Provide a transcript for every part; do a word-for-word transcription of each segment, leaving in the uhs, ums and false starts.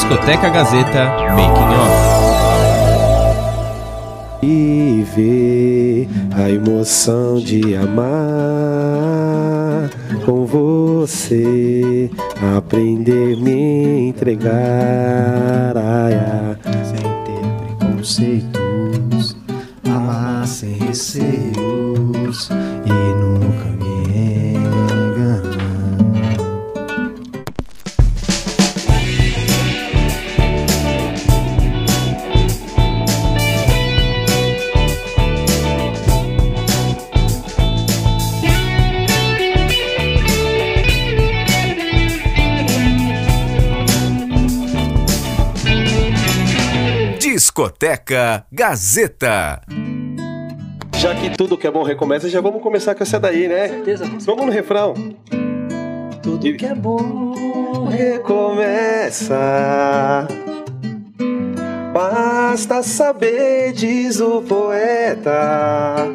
Discoteca Gazeta Making Off. E ver a emoção de amar com você, aprender me entregar, ai, ai, sem ter preconceitos, amar sem receios e nunca me enganar. Discoteca Gazeta. Já que tudo que é bom recomeça, já vamos começar com essa daí, né? Com certeza. Vamos no refrão. Tudo E- que é bom Recomeça. Basta saber, diz o poeta.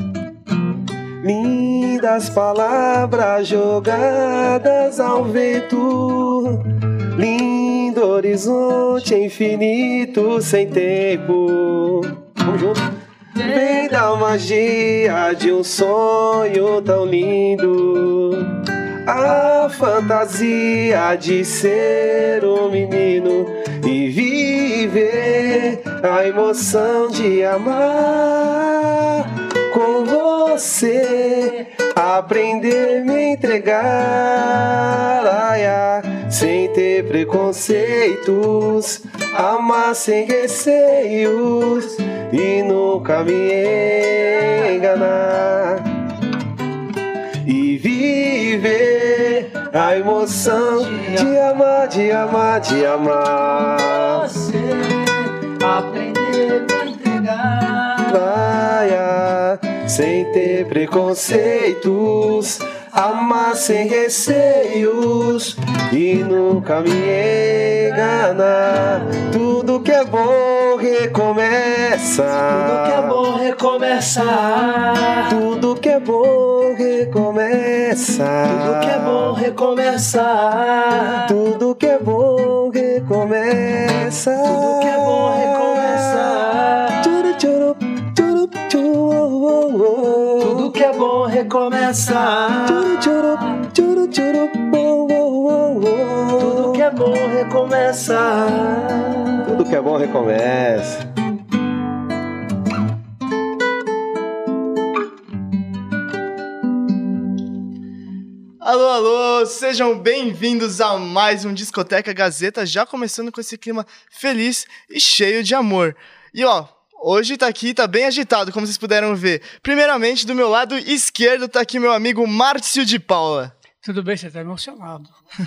Lindas palavras jogadas ao vento. Lindo horizonte infinito sem tempo. Vamos junto. Vem da magia de um sonho tão lindo. A fantasia de ser um menino e viver a emoção de amar com você, aprender me entregar, ai, ai, sem ter preconceitos, amar sem receios e nunca me enganar. E viver a emoção de amar, de amar, de amar. você, aprender a entregar. Vai, ah, sem ter preconceitos, amar sem receios e nunca me enganar. Tudo que é bom recomeça. Tudo que é bom recomeçar. Tudo que é bom recomeça. Tudo que é bom recomeçar. Tudo que é bom recomeça. Tudo que é bom recomeçar. Tchuru, tchuru, tchuru, tchuru, oh, oh. Tudo que é bom recomeçar. Tchuru, tchuru, tchuru, tchuru, oh, oh, oh, oh. Tudo que é bom recomeçar. Tudo que é bom recomeça. Alô, alô, sejam bem-vindos a mais um Discoteca Gazeta, já começando com esse clima feliz e cheio de amor. E ó, hoje tá aqui, tá bem agitado, como vocês puderam ver. Primeiramente, do meu lado esquerdo tá aqui meu amigo Márcio de Paula. Tudo bem, você está emocionado.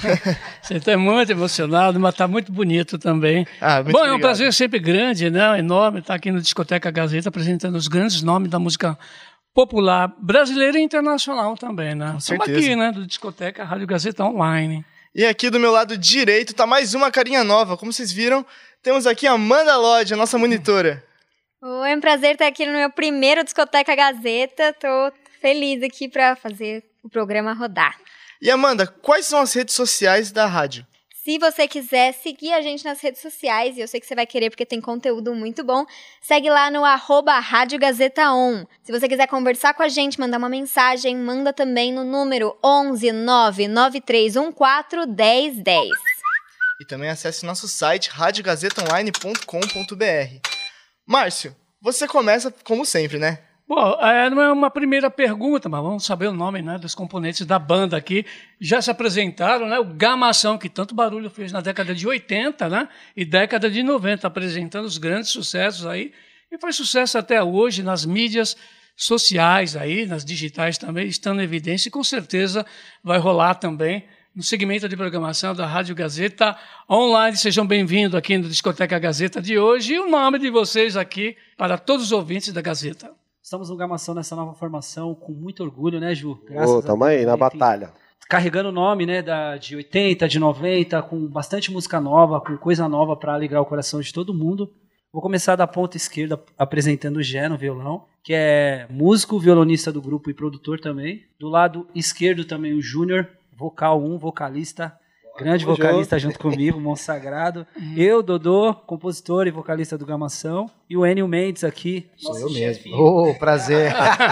Você está muito emocionado, mas está muito bonito também. Ah, muito Bom, obrigado. é um prazer sempre grande, né? Enorme estar aqui no Discoteca Gazeta apresentando os grandes nomes da música popular brasileira e internacional também, né? Com Estamos certeza. aqui, né? Do Discoteca Rádio Gazeta Online. E aqui do meu lado direito tá mais uma carinha nova. Como vocês viram, temos aqui a Amanda Lodge, a nossa monitora. Oi, é um prazer estar aqui no meu primeiro Discoteca Gazeta. Tô feliz aqui para fazer o programa rodar. E Amanda, quais são as redes sociais da rádio? Se você quiser seguir a gente nas redes sociais, e eu sei que você vai querer porque tem conteúdo muito bom, segue lá no arroba Rádio Gazeta On. Se você quiser conversar com a gente, mandar uma mensagem, manda também no número onze nove nove três um quatro um zero um zero. E também acesse nosso site rádio gazeta online ponto com ponto b r. Márcio, você começa como sempre, né? Bom, é, não é uma primeira pergunta, mas vamos saber o nome, né, dos componentes da banda aqui. Já se apresentaram, né? O Gamação, que tanto barulho fez na década de oitenta, né? E década de noventa, apresentando os grandes sucessos aí. E faz sucesso até hoje nas mídias sociais aí, nas digitais também, estando em evidência. E com certeza vai rolar também no segmento de programação da Rádio Gazeta Online. Sejam bem-vindos aqui no Discoteca Gazeta de hoje. E o nome de vocês aqui para todos os ouvintes da Gazeta. Estamos no Gamação nessa nova formação com muito orgulho, né, Ju? Ô, tamo aí na batalha. Carregando o nome, né, da, de oitenta, de noventa, com bastante música nova, com coisa nova para alegrar o coração de todo mundo. Vou começar da ponta esquerda apresentando o Gé no violão, que é músico, violonista do grupo e produtor também. Do lado esquerdo também o Júnior, vocal um, vocalista grande Tamo vocalista junto comigo, Monstro Sagrado. Eu, Dodô, compositor e vocalista do Gamação. E o Enio Mendes aqui. Sou eu mesmo. Ô, oh, prazer.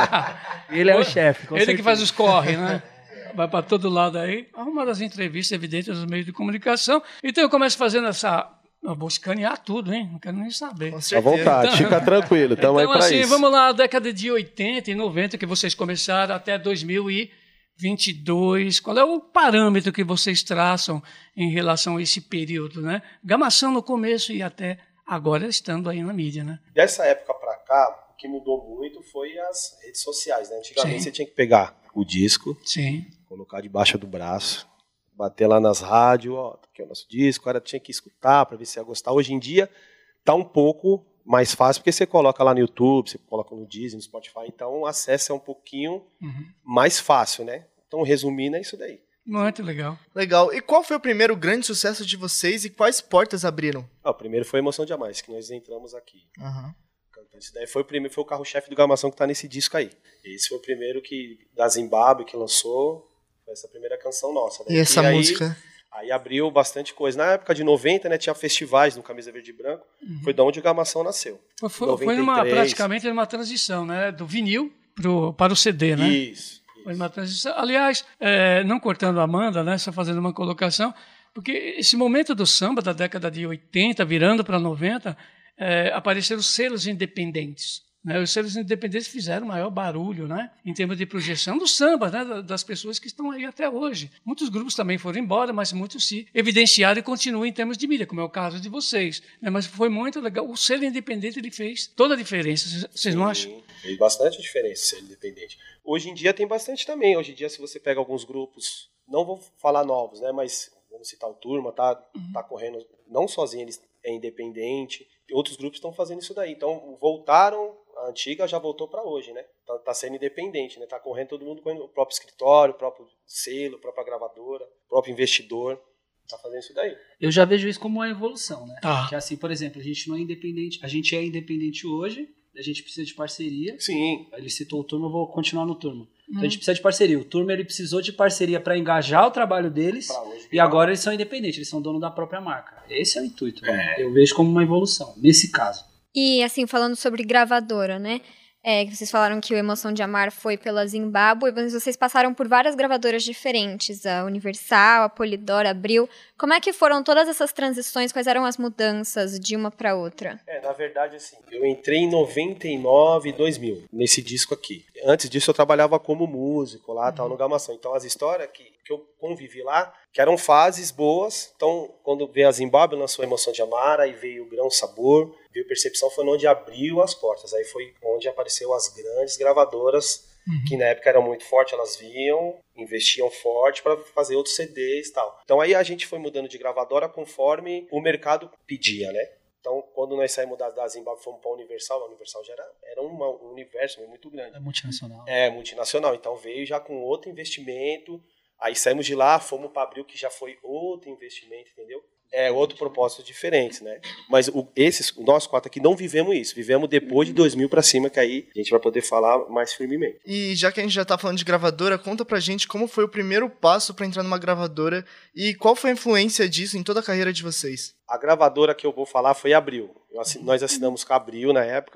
Ele é o chefe. Ele certeza. Que faz os corre, né? Vai para todo lado aí. Arrumar as entrevistas evidentes nos meios de comunicação. Então eu começo fazendo essa... Eu vou escanear tudo, hein? Não quero nem saber. Com certeza. À vontade, então, fica tranquilo. Estamos então, aí para assim, isso. Vamos lá, década de oitenta e noventa, que vocês começaram até dois mil e vinte e dois. Qual é o parâmetro que vocês traçam em relação a esse período, né? Gamação no começo e até agora estando aí na mídia, né? Dessa época para cá, o que mudou muito foi as redes sociais, né? Antigamente Sim. você tinha que pegar o disco, Sim. colocar debaixo do braço, bater lá nas rádios, ó, aqui é o nosso disco, o cara tinha que escutar para ver se ia gostar. Hoje em dia tá um pouco mais fácil, porque você coloca lá no YouTube, você coloca no Disney, no Spotify, então o acesso é um pouquinho uhum. mais fácil, né? Então, resumindo, é isso daí. Muito legal. Legal. E qual foi o primeiro grande sucesso de vocês e quais portas abriram? Ah, o primeiro foi Emoção de Amar, que nós entramos aqui. Uhum. Esse daí foi o primeiro, foi o carro-chefe do Gamação que tá nesse disco aí. Esse foi o primeiro que, da Zimbábue que lançou, foi essa primeira canção nossa. Né? E essa e música? Aí, aí abriu bastante coisa. Na época de noventa, né, tinha festivais no Camisa Verde e Branco, uhum. foi da onde o Gamação nasceu. Foi, foi, foi numa, praticamente uma transição, né, do vinil pro, para o C D, né? Isso. isso. Foi uma transição. Aliás, é, não cortando a Amanda, né, só fazendo uma colocação, porque esse momento do samba da década de oitenta, virando para noventa, é, apareceram selos independentes. Né? Os selos independentes fizeram maior barulho, né? Em termos de projeção do samba, né? Das pessoas que estão aí até hoje. Muitos grupos também foram embora, mas muitos se evidenciaram e continuam em termos de mídia, como é o caso de vocês. Né? Mas foi muito legal. O selo independente ele fez toda a diferença. Vocês não acham? Fez bastante diferença o selo independente. Hoje em dia tem bastante também. Hoje em dia, se você pega alguns grupos, não vou falar novos, né? Mas vamos citar o Turma, tá, uhum. tá correndo não sozinho, ele é independente. Outros grupos estão fazendo isso daí. Então, voltaram, a antiga já voltou para hoje, né? Tá, tá sendo independente, né? Tá correndo todo mundo com o próprio escritório, o próprio selo, a própria gravadora, o próprio investidor. Tá fazendo isso daí. Eu já vejo isso como uma evolução, né? Ah. Que assim, por exemplo, a gente não é independente, a gente é independente hoje, a gente precisa de parceria. Sim. Ele citou o Turma, eu vou continuar no Turma. Então a gente precisa de parceria. O Turma ele precisou de parceria para engajar o trabalho deles e agora eles são independentes, eles são dono da própria marca. Esse é o intuito. Né? É. Eu vejo como uma evolução, nesse caso. E assim, falando sobre gravadora, né? É, vocês falaram que o Emoção de Amar foi pela Zimbábue, mas vocês passaram por várias gravadoras diferentes, a Universal, a Polydor, a Abril. Como é que foram todas essas transições? Quais eram as mudanças de uma para outra? É, na verdade, assim, eu entrei em noventa e nove, dois mil, nesse disco aqui. Antes disso, eu trabalhava como músico lá, uhum. tal, no Gamação. Então, as histórias que, que eu convivi lá, que eram fases boas. Então, quando veio a Zimbábue, lançou a Emoção de Amar, aí veio o Grão Sabor, veio Percepção, foi onde abriu as portas. Aí foi onde apareceu as grandes gravadoras, uhum. que na época eram muito fortes, elas vinham, investiam forte para fazer outros C Ds e tal. Então aí a gente foi mudando de gravadora conforme o mercado pedia, né? Então, quando nós saímos da, da Zimbábue, fomos para a Universal, a Universal já era, era uma, um universo muito grande. É multinacional. É, multinacional. Então veio já com outro investimento. Aí saímos de lá, fomos para Abril, que já foi outro investimento, entendeu? É outro propósito diferente, né? Mas o, esses, nós quatro aqui não vivemos isso. Vivemos depois de dois mil para cima, que aí a gente vai poder falar mais firmemente. E já que a gente já tá falando de gravadora, conta pra gente como foi o primeiro passo para entrar numa gravadora e qual foi a influência disso em toda a carreira de vocês? A gravadora que eu vou falar foi a Abril. Eu assin, nós assinamos com a Abril na época.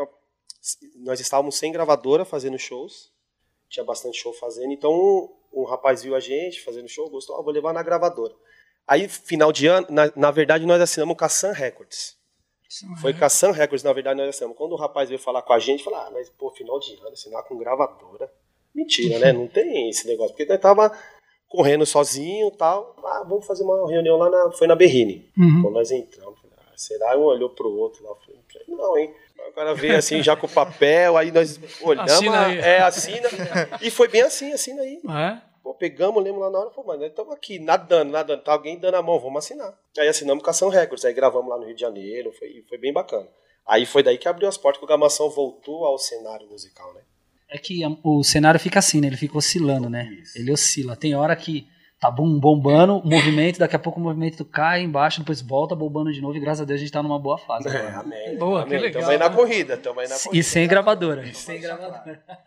Nós estávamos sem gravadora fazendo shows. Tinha bastante show fazendo. Então um, um rapaz viu a gente fazendo show, gostou, ah, vou levar na gravadora. Aí, final de ano, na, na verdade, nós assinamos com a Sun Records. Sun Foi com a Sun Records, na verdade, nós assinamos. Quando o rapaz veio falar com a gente, falou, ah, mas, pô, final de ano, assinar com gravadora. Mentira, né? Não tem esse negócio. Porque nós tava correndo sozinho e tal. Ah, vamos fazer uma reunião lá, na, foi na Berrine. Uhum. Quando nós entramos, falei, ah, será? Um olhou pro outro lá. Falei, não, hein? O cara veio assim, já com o papel, aí nós olhamos, assina aí. É, assina. E foi bem assim, assina aí. É? Pô, pegamos, lembro lá na hora, pô, mas nós estamos aqui, nadando, nadando, tá alguém dando a mão, vamos assinar. Aí assinamos com a Sun Records, aí gravamos lá no Rio de Janeiro, foi, foi bem bacana. Aí foi daí que abriu as portas, que o Gamação voltou ao cenário musical, né? É que o cenário fica assim, né? Ele fica oscilando, né? Isso. Ele oscila. Tem hora que tá bom, bombando, movimento, daqui a pouco o movimento cai embaixo, depois volta bombando de novo e graças a Deus a gente tá numa boa fase. É, amém. Boa, amém. Que legal. Tamo aí na corrida, tamo aí na corrida. E sem gravadora. E sem gravadora.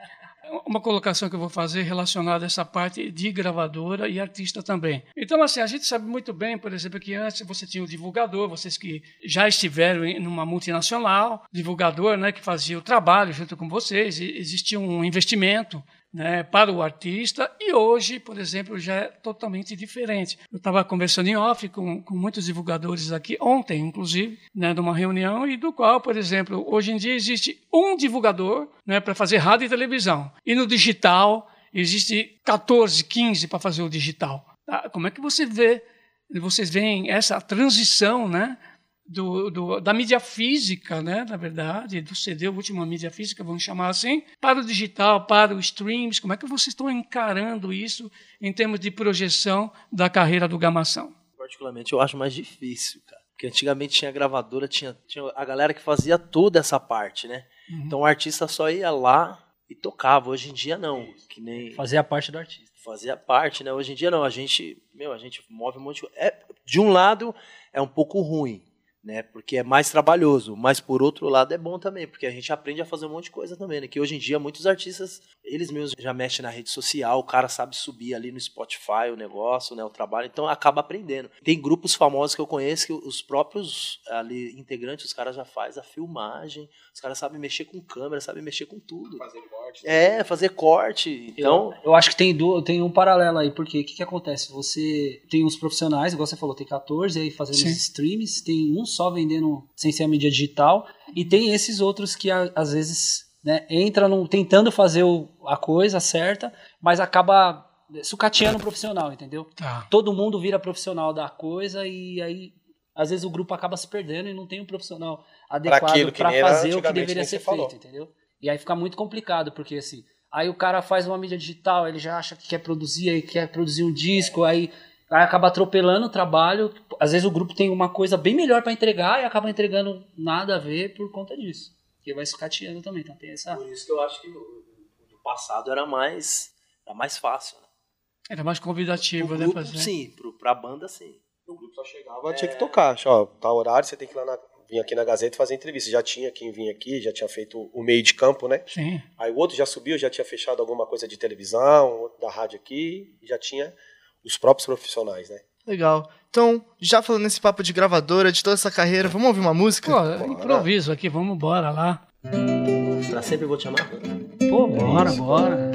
uma colocação que eu vou fazer relacionada a essa parte de gravadora e artista também. Então, assim, a gente sabe muito bem, por exemplo, que antes você tinha o divulgador, vocês que já estiveram em uma multinacional, divulgador, né, que fazia o trabalho junto com vocês, e existia um investimento, né, para o artista, e hoje, por exemplo, já é totalmente diferente. Eu estava conversando em off com, com muitos divulgadores aqui, ontem, inclusive, né, numa reunião, e do qual, por exemplo, hoje em dia existe um divulgador, né, para fazer rádio e televisão, e no digital existe quatorze, quinze para fazer o digital. Tá? Como é que você vê, vocês veem essa transição, né, Do, do, da mídia física, né, na verdade, do C D, a última mídia física, vamos chamar assim, para o digital, para os streams? Como é que vocês estão encarando isso em termos de projeção da carreira do Gamação? Particularmente, eu acho mais difícil, cara. Porque antigamente tinha gravadora, tinha, tinha a galera que fazia toda essa parte, né? Uhum. Então o artista só ia lá e tocava. Hoje em dia, não. Que nem... Fazia parte do artista. Fazia parte, né? Hoje em dia, não. A gente, meu, a gente move um monte de... É, de um lado, é um pouco ruim, né, porque é mais trabalhoso, mas por outro lado é bom também, porque a gente aprende a fazer um monte de coisa também, né, que hoje em dia muitos artistas, eles mesmos já mexem na rede social, o cara sabe subir ali no Spotify o negócio, né, o trabalho, então acaba aprendendo. Tem grupos famosos que eu conheço que os próprios ali integrantes, os caras já fazem a filmagem, os caras sabem mexer com câmera, sabem mexer com tudo. Fazer corte. É, fazer corte, então... Eu, eu acho que tem, do, tem um paralelo aí, porque o que, que acontece? Você tem uns profissionais, igual você falou, tem quatorze aí fazendo Sim. os streams, tem um só vendendo sem ser a mídia digital, e tem esses outros que às vezes, né, entra no, tentando fazer o, a coisa certa, mas acaba sucateando o profissional, entendeu? Tá. Todo mundo vira profissional da coisa e aí às vezes o grupo acaba se perdendo e não tem um profissional adequado para fazer o que deveria ser feito, entendeu? E aí fica muito complicado, porque assim, aí o cara faz uma mídia digital, ele já acha que quer produzir, aí quer produzir um disco, aí Aí acaba atropelando o trabalho. Às vezes o grupo tem uma coisa bem melhor para entregar e acaba entregando nada a ver por conta disso. Porque vai sucateando também. Então tem essa... Por isso que eu acho que no passado era mais, era mais fácil, né? Era mais convidativo, né? Grupo, sim, pro, pra banda sim. O grupo só chegava, é... tinha que tocar. Ó, tá horário, você tem que ir lá na... vir aqui na Gazeta e fazer entrevista. Já tinha quem vinha aqui, já tinha feito o meio de campo, né? Sim. Aí o outro já subiu, já tinha fechado alguma coisa de televisão, outro da rádio aqui, já tinha... os próprios profissionais, né? Legal. Então, já falando nesse papo de gravadora, de toda essa carreira, vamos ouvir uma música? Pô, improviso aqui, vamos embora lá. Pra sempre eu vou te amar? Pô, bora, bora.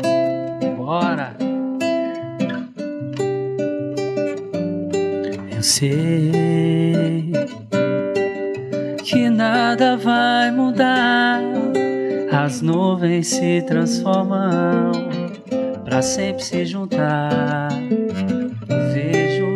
Bora. Eu sei que nada vai mudar. As nuvens se transformam pra sempre se juntar. Vejo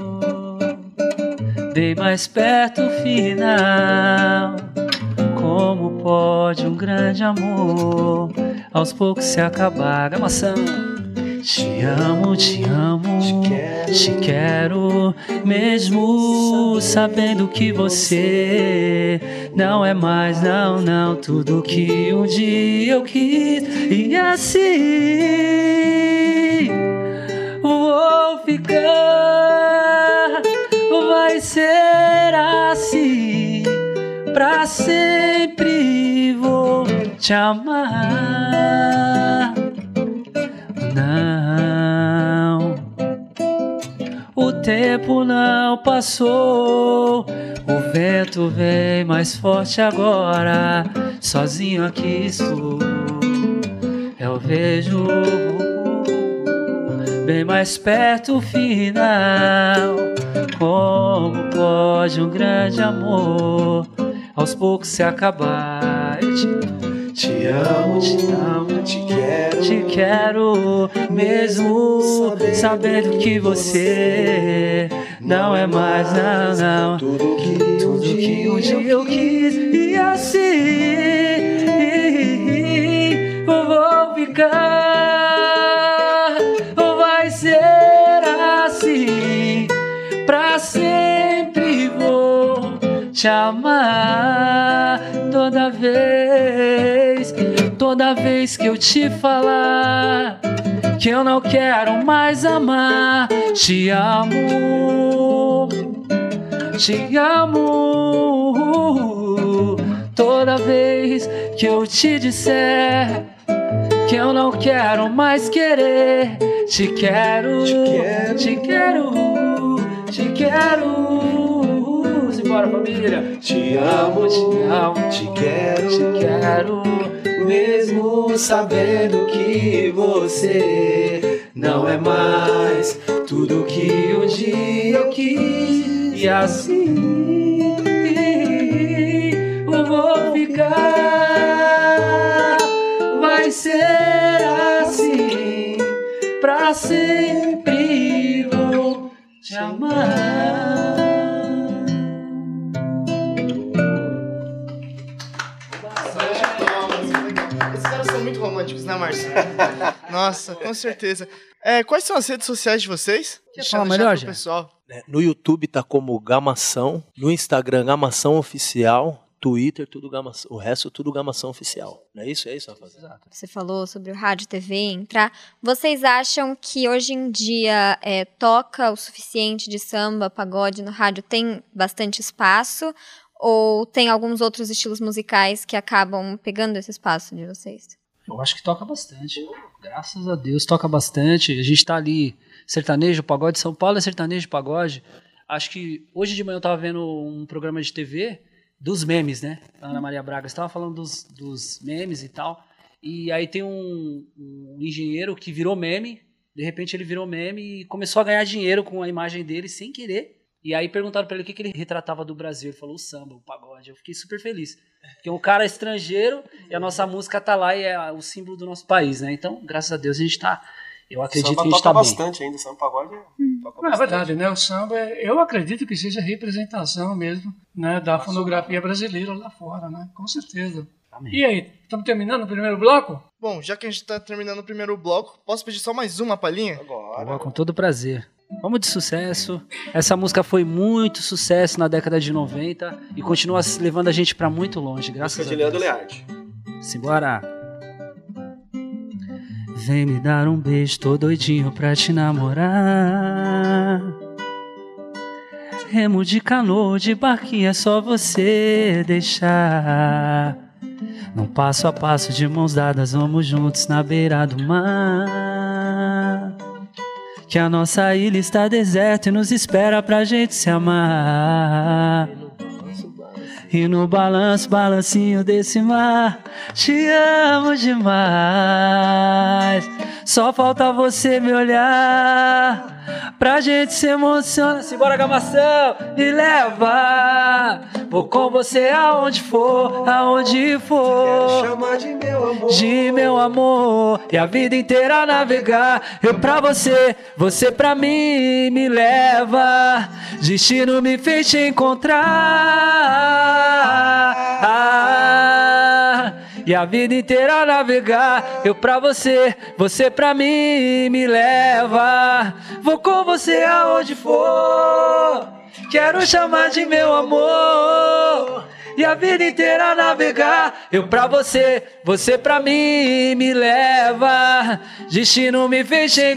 bem mais perto o final. Como pode um grande amor aos poucos se acabar? Gamação. Te amo, te amo, te quero, te quero mesmo sabendo que você não é mais, não, não, tudo que um dia eu quis. E assim vou ficar, vai ser assim, pra sempre vou te amar. Não, o tempo não passou, o vento vem mais forte agora, sozinho aqui estou, eu vejo bem mais perto o final. Como pode um grande amor aos poucos se acabar? Eu te, te amo, te amo, te quero, te quero mesmo sabendo que você não é mais, não, não, tudo que, tudo que um dia eu quis. E assim vou ficar, vai ser assim, pra sempre vou te amar. Toda vez, toda vez que eu te falar que eu não quero mais amar, te amo, te amo. Toda vez que eu te disser que eu não quero mais querer. Te quero, Te quero. te quero, te quero. Simbora, família. Te amo, te amo, te quero, te quero. Mesmo sabendo que você não é mais tudo que um dia eu quis. E assim eu vou ficar. Vai ser assim, pra sempre vou te amar. Esses caras são muito românticos, né, Márcio? Nossa, com certeza. É, quais são as redes sociais de vocês? Quer falar melhor, pro já? pessoal. É, no YouTube tá como Gamação, no Instagram Gamação Oficial, Twitter tudo Gamação, o resto tudo Gamação Oficial. Não é isso? É isso, rapaziada? Você falou sobre o rádio, T V, entrar. Vocês acham que hoje em dia é, toca o suficiente de samba, pagode no rádio? Tem bastante espaço? Ou tem alguns outros estilos musicais que acabam pegando esse espaço de vocês? Eu acho que toca bastante. Graças a Deus, toca bastante. A gente tá ali, sertanejo, pagode. São Paulo é sertanejo, pagode. Acho que hoje de manhã eu tava vendo um programa de T V dos memes, né? A Ana Maria Braga estava falando dos, dos memes e tal. E aí tem um, um engenheiro que virou meme. De repente ele virou meme e começou a ganhar dinheiro com a imagem dele sem querer. E aí perguntaram pra ele o que, que ele retratava do Brasil. Ele falou o samba, o pagode. Eu fiquei super feliz. Porque um cara é estrangeiro e a nossa música tá lá e é o símbolo do nosso país, né? Então, graças a Deus, a gente tá... Eu acredito Samba que a gente toca tá bem. bastante ainda, samba pagode toca Não, é bastante. verdade, né? O samba, eu acredito que seja representação mesmo, né, da fonografia brasileira lá fora, né? Com certeza. Amém. E aí, estamos terminando o primeiro bloco? Bom, já que a gente tá terminando o primeiro bloco, posso pedir só mais uma palhinha? Agora. Boa, com todo prazer. Vamos de sucesso. Essa música foi muito sucesso na década de noventa e continua levando a gente pra muito longe, graças Música a de Leandro Deus. Learte. Simbora. Vem me dar um beijo, tô doidinho pra te namorar. Remo de canoa, de barquinho, é só você deixar. Num passo a passo de mãos dadas, vamos juntos na beira do mar. Que a nossa ilha está deserta e nos espera pra gente se amar. E no balanço, balancinho desse mar, te amo demais. Só falta você me olhar pra gente se emocionar. Simbora, Gamação, me leva. Vou com você aonde for, aonde for. Chama de meu amor. De meu amor, e a vida inteira navegar. Eu pra você, você pra mim, me leva. Destino me fez te encontrar. Ah, e a vida inteira navegar. Eu pra você, você pra mim, me leva. Vou com você aonde for. Quero chamar de meu amor. E a vida inteira navegar. Eu pra você, você pra mim, me leva. Destino me fez te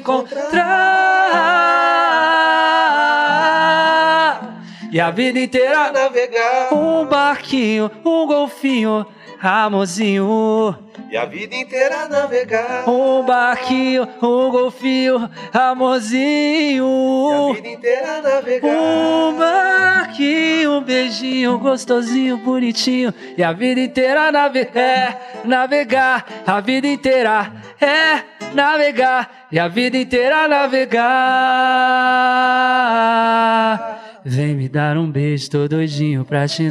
encontrar. E a vida inteira navegar. Um barquinho, um golfinho, amorzinho. E a vida inteira navegar. Um barquinho, um golfinho, amorzinho. E a vida inteira navegar. Um barquinho, um beijinho gostosinho, bonitinho. E a vida inteira nave é navegar. A vida inteira é navegar. E a vida inteira navegar. Vem me dar um beijo, tô doidinho pra te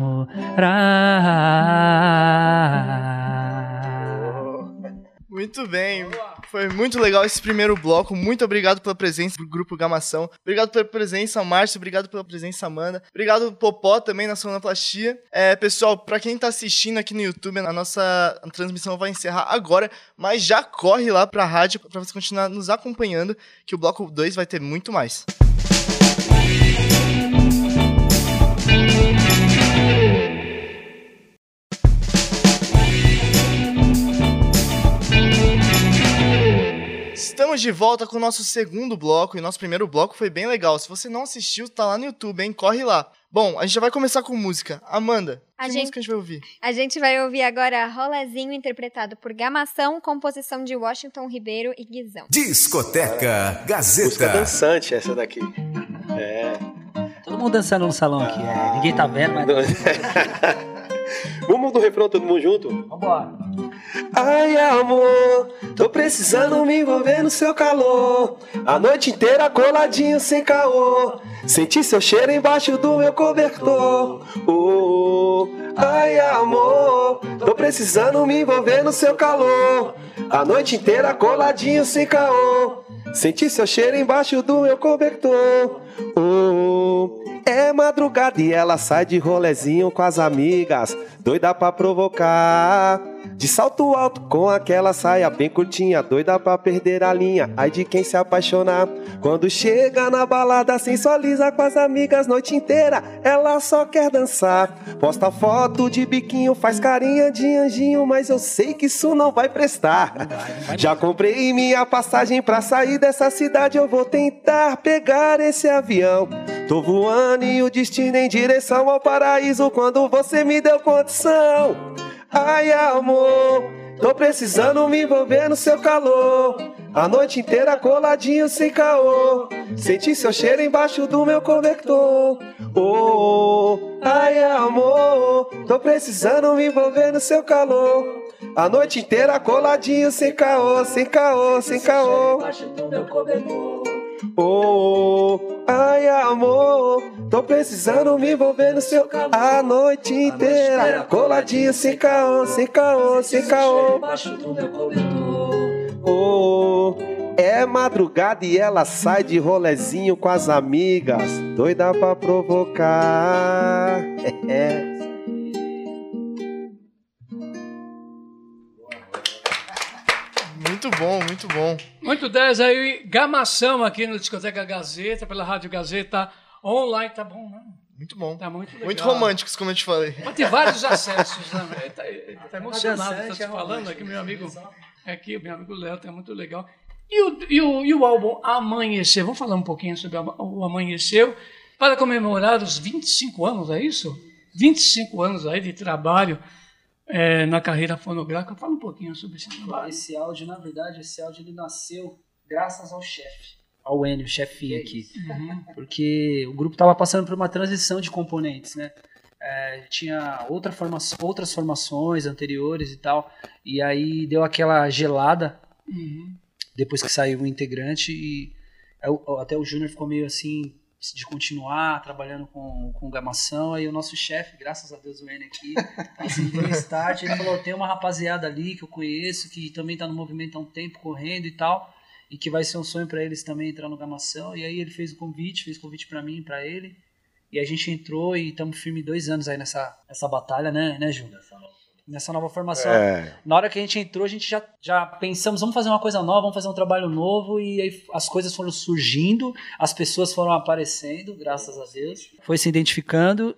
namorar. Muito bem, foi muito legal esse primeiro bloco. Muito obrigado pela presença do Grupo Gamação. Obrigado pela presença, Márcio. Obrigado pela presença, Amanda. Obrigado, Popó, também na sonoplastia. É, pessoal, pra quem tá assistindo aqui no YouTube, a nossa transmissão vai encerrar agora, mas já corre lá pra rádio pra você continuar nos acompanhando, que o bloco dois vai ter muito mais. Estamos Estamos de volta com o nosso segundo bloco, e nosso primeiro bloco foi bem legal. Se você não assistiu, tá lá no YouTube, hein? Corre lá. Bom, a gente já vai começar com música. Amanda, A que gente- música a gente vai ouvir? A gente vai ouvir agora Rolezinho, interpretado por Gamação, composição de Washington Ribeiro e Guizão. Discoteca Música Gazeta. dançante essa daqui. É. Todo mundo dançando no salão aqui. É, ninguém tá vendo, mas. Vamos do refrão todo mundo junto? Vambora. Ai, amor, tô precisando me envolver no seu calor. A noite inteira coladinho sem caô. Senti seu cheiro embaixo do meu cobertor. Oh, ai, amor, tô precisando me envolver no seu calor. A noite inteira coladinho sem caô. Senti seu cheiro embaixo do meu cobertor. Oh, é madrugada e ela sai de rolezinho com as amigas, doida pra provocar. De salto alto com aquela saia bem curtinha, doida pra perder a linha, ai de quem se apaixonar. Quando chega na balada sensualiza com as amigas noite inteira, ela só quer dançar. Posta foto de biquinho, faz carinha de anjinho, mas eu sei que isso não vai prestar. Já comprei minha passagem pra sair dessa cidade, eu vou tentar pegar esse avião. Tô voando e o destino em direção ao paraíso quando você me deu condição. Ai, amor, tô precisando me envolver no seu calor. A noite inteira coladinho sem caô. Senti seu cheiro embaixo do meu cobertor. Oh, ai, amor, tô precisando me envolver no seu calor. A noite inteira coladinho sem caô, sem caô, sem caô. Oh, ai, amor, tô precisando me envolver no seu calor. A noite inteira coladinho sem caô, sem caô, sem caô. Oh, é madrugada e ela sai de rolezinho com as amigas, doida pra provocar. É. Muito bom, muito bom. Muito dez aí, Gamação aqui no Discoteca Gazeta, pela Rádio Gazeta Online, tá bom, né? Muito bom. Tá muito legal. Muito românticos, como eu te falei. Mas tem vários acessos, né? Ele tá, ele tá emocionado, dançante, tá te é falando romântico. aqui, meu amigo. Aqui, o meu amigo Léo, tá muito legal. E o, e, o, e o álbum Amanhecer, vamos falar um pouquinho sobre o Amanhecer, para comemorar os vinte e cinco anos, é isso? vinte e cinco anos aí de trabalho é, na carreira fonográfica. Fala um pouquinho sobre esse trabalho. Esse áudio, na verdade, esse áudio ele nasceu graças ao chefe, ao Enio, o chefinho aqui. Uhum. Porque o grupo estava passando por uma transição de componentes, né? É, tinha outra forma, outras formações anteriores e tal, e aí deu aquela gelada Uhum. depois que saiu o integrante, e eu- até o Júnior ficou meio assim de continuar trabalhando com, com gamação. Aí o nosso chefe, graças a Deus o Enio aqui, assim, deu start. Ele falou: tem uma rapaziada ali que eu conheço, que também tá no movimento há um tempo, correndo e tal, e que vai ser um sonho para eles também entrar no gamação. E aí ele fez o convite, fez o convite para mim e para ele, e a gente entrou e estamos firme dois anos aí nessa, nessa batalha, né, né, Júnior? Nessa nova formação. É. Na hora que a gente entrou, a gente já, já pensamos, vamos fazer uma coisa nova, vamos fazer um trabalho novo, e aí as coisas foram surgindo, as pessoas foram aparecendo, graças a Deus, foi se identificando,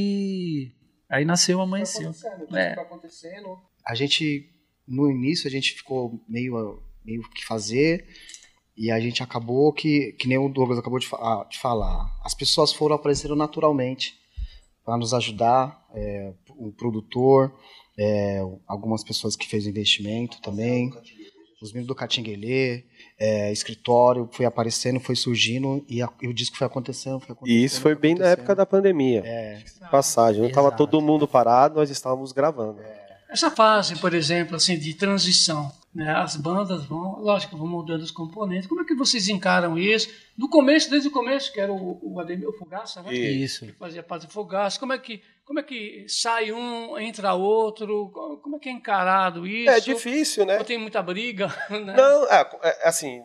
e aí nasceu o Amanhecer. É. A gente, no início, a gente ficou meio, meio que fazer, e a gente acabou que, que nem o Douglas acabou de, fa- de falar, as pessoas foram aparecendo naturalmente para nos ajudar, é, o produtor, é, algumas pessoas que fez o investimento também, os meninos do Catinguelê, é, escritório, foi aparecendo, foi surgindo, e, a- e o disco foi acontecendo, foi acontecendo. E isso foi bem na época da pandemia. É. Passagem, não estava Exato. todo mundo parado, nós estávamos gravando. Essa fase, por exemplo, assim, de transição, né? As bandas vão, lógico, vão mudando os componentes. Como é que vocês encaram isso? Do começo, desde o começo, que era o, o Ademir o Fogaça, né? Isso. Que fazia parte do Fogaça. Como é que, como é que sai um, entra outro? Como é que é encarado isso? É difícil, né? Ou tem muita briga, né? Não, é, é, assim, não,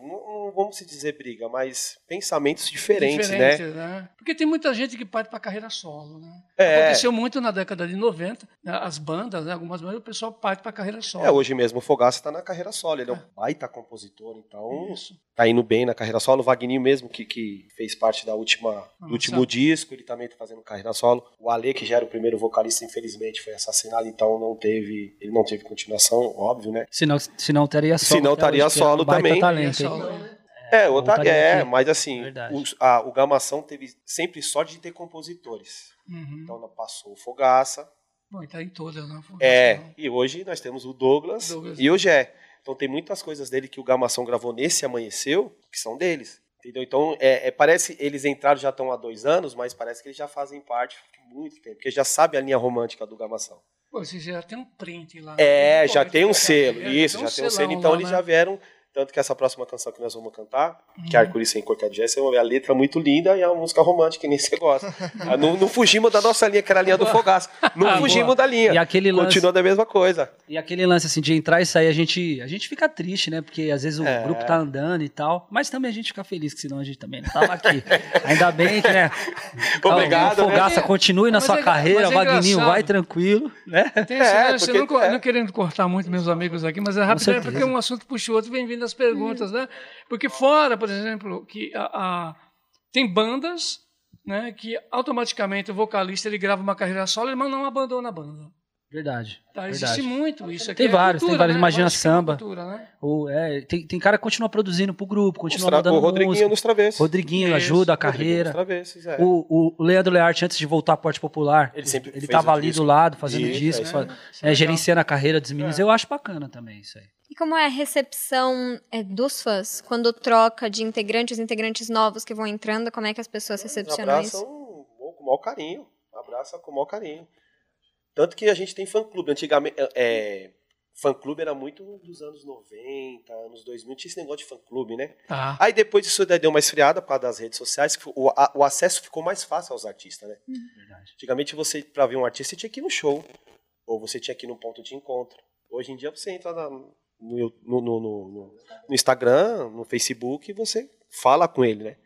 não vamos se dizer briga, mas pensamentos diferentes, né? Diferente, né? Porque tem muita gente que parte para carreira solo, né? É. Aconteceu muito na década de noventa, né? As bandas, né? Algumas bandas, o pessoal parte para carreira solo. É, hoje mesmo o Fogaça tá na carreira solo, ele é um baita compositor, então Isso. tá indo bem na carreira solo. O Vagninho mesmo, que, que fez parte da última, do último disco, ele também tá fazendo carreira solo. O Ale, que já era o primeiro vocalista, infelizmente foi assassinado, então não teve, ele não teve continuação, óbvio, né? Se não, se não teria solo. Se não estaria hoje, que é um solo baita também. talento, hein? É, outra, voltaria é aqui. mas assim, Verdade. os- a- o Gamação teve sempre sorte de ter compositores. Uhum. Então passou o Fogaça, Bom, e tá em todas, né? é, e hoje nós temos o Douglas, Douglas. e o Gé. Então tem muitas coisas dele que o Gamação gravou nesse Amanheceu, que são deles. Entendeu? Então, é, é, parece eles entraram já estão há dois anos, mas parece que eles já fazem parte há muito tempo, porque já sabe a linha romântica do Gamação. Pô, você já tem um print lá. É, né? já Pô, tem um é, selo, é, isso, tem já tem um selão selo. Então lá, eles né? já vieram, tanto que essa próxima canção que nós vamos cantar, que é Arco-Íris Sem Cor, que é do Jesse, é a letra muito linda e é uma música romântica, que nem você gosta. Ah, não, não fugimos da nossa linha, que era a linha do Fogaça. Não Ah, fugimos boa. da linha. E aquele lance- Continua da mesma coisa. E aquele lance assim de entrar e sair, a gente, a gente fica triste, né? Porque às vezes o É. grupo tá andando e tal, mas também a gente fica feliz, que senão a gente também não tava aqui. Ainda bem que, né? Obrigado, O Fogaça né? continue na Mas sua é- carreira, mas é Vagninho engraçado. vai tranquilo, né? Tem esse É, lance, porque- não, co- é. não querendo cortar muito meus amigos aqui, mas é rápido, né? certeza. Porque um assunto puxa o outro, vem vindo as perguntas, né? Porque fora, por exemplo, que a, a- tem bandas, né, que automaticamente o vocalista ele grava uma carreira solo, mas não abandona a banda. Verdade. Tá? Existe verdade. muito isso aqui. Tem é vários, cultura, tem vários, né? imagina Eu acho que é uma samba. cultura, né? Ou, é, tem, tem cara que continua produzindo pro grupo, Os continua tra- mandando o Rodriguinho música. nos Travessos. Rodriguinho Isso, ajuda a Rodriguinho carreira. nos Travessos, é. O, o Leandro Learte, antes de voltar à Porte Popular, Ele sempre ele fez tava o ali disco. do lado, fazendo Isso, disco, é isso fa- aí. Isso é é, legal. gerenciando a carreira dos meninos. Eu acho bacana também isso aí. E como é a recepção é, dos fãs? Quando troca de integrantes, integrantes novos que vão entrando, como é que as pessoas recepcionam isso? Abraçam com o maior carinho. Abraça com o maior carinho. Tanto que a gente tem fã-clube. Antigamente, é, fã-clube era muito dos anos noventa, anos dois mil, tinha esse negócio de fã-clube, né? Tá. Aí depois disso daí deu uma esfriada por causa das redes sociais, que o, a- o acesso ficou mais fácil aos artistas, né? Verdade. Antigamente, você, pra ver um artista, você tinha que ir no show. Ou você tinha que ir no ponto de encontro. Hoje em dia, você entra na- no, no, no, no- no Instagram, no Facebook, e você fala com ele, né?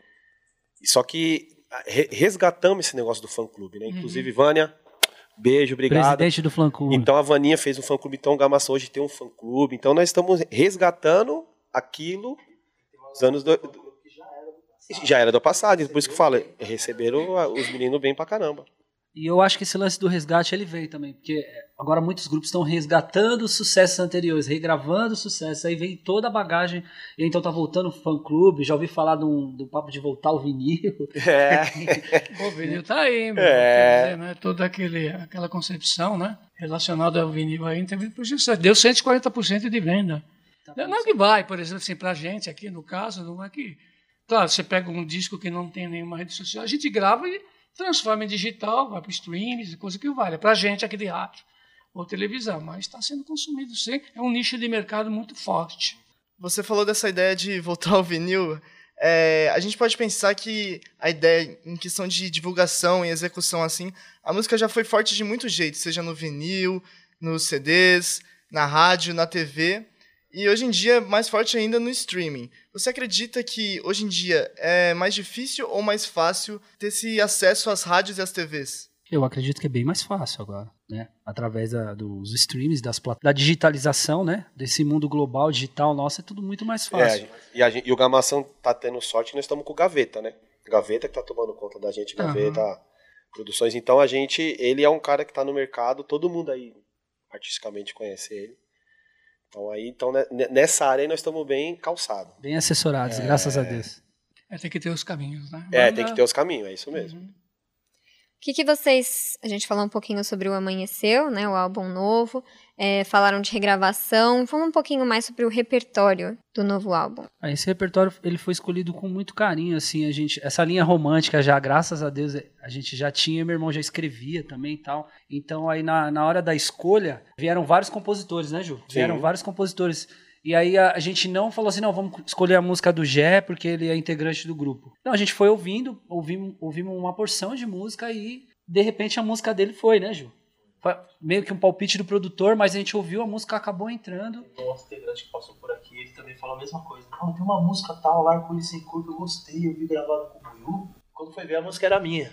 E só que re- resgatamos esse negócio do fã-clube, né? Inclusive, Vânia, beijo, obrigado. Presidente do fã-clube. Então, a Vaninha fez um fã-clube, então o Gamação hoje tem um fã-clube. Então, nós estamos resgatando aquilo dos anos... Do, do- já era do passado, por isso que eu falo, receberam a- os meninos bem pra caramba. E eu acho que esse lance do resgate ele vem também, porque agora muitos grupos estão resgatando os sucessos anteriores, regravando os sucessos, aí vem toda a bagagem, e então tá voltando o fã-clube, já ouvi falar do, do papo de voltar o vinil. É. O vinil tá aí, meu. É. Quer dizer, né? Toda aquele, aquela concepção, né? Relacionada ao vinil aí, teve projeção. Deu cento e quarenta por cento de venda. Não é que vai, por exemplo, assim, pra gente aqui, no caso, não é que... Claro, você pega um disco que não tem nenhuma rede social, a gente grava e transforma em digital, vai para streams, coisa que vale. É pra gente aqui de rádio ou televisão, mas está sendo consumido sim. É um nicho de mercado muito forte. Você falou dessa ideia de voltar ao vinil. É, a gente pode pensar que a ideia, em questão de divulgação e execução, assim, a música já foi forte de muitos jeitos, seja no vinil, nos C Ds, na rádio, na T V, e hoje em dia mais forte ainda no streaming. Você acredita que hoje em dia é mais difícil ou mais fácil ter esse acesso às rádios e às T Vs? Eu acredito que é bem mais fácil agora, né? Através da- dos streams, das plat- da digitalização, né? Desse mundo global, digital, nosso, é tudo muito mais fácil. É, e, a gente- e o Gamação tá tendo sorte que nós estamos com o Gaveta, né? Gaveta que tá tomando conta da gente, Gaveta Produções. Então a gente, ele é um cara que tá no mercado, todo mundo aí artisticamente conhece ele. Então aí, então, né, nessa área aí nós estamos bem calçados. Bem assessorados, graças a Deus. É, tem que ter os caminhos, né? É, Banda- tem que ter os caminhos, é isso mesmo. Uhum. O que, que vocês... A gente falou um pouquinho sobre o Amanheceu, né, o álbum novo, é, falaram de regravação, vamos um pouquinho mais sobre o repertório do novo álbum. Ah, esse repertório ele foi escolhido com muito carinho, assim, a gente, essa linha romântica já, graças a Deus, a gente já tinha, meu irmão já escrevia também e tal, então aí na, na hora da escolha, vieram vários compositores, né, Ju? Sim. Vieram vários compositores, e aí a, a gente não falou assim, não, vamos escolher a música do Gé, porque ele é integrante do grupo. Não, a gente foi ouvindo, ouvimos, ouvimos uma porção de música e, de repente, a música dele foi, né, Ju? foi meio que um palpite do produtor, mas a gente ouviu, a música acabou entrando. O nosso integrante que passou por aqui, ele também falou a mesma coisa. Ah, tem uma música tal lá, Arco-Íris Sem Cor, que eu gostei, eu vi gravado com o Buiú. Quando foi ver, a música era minha.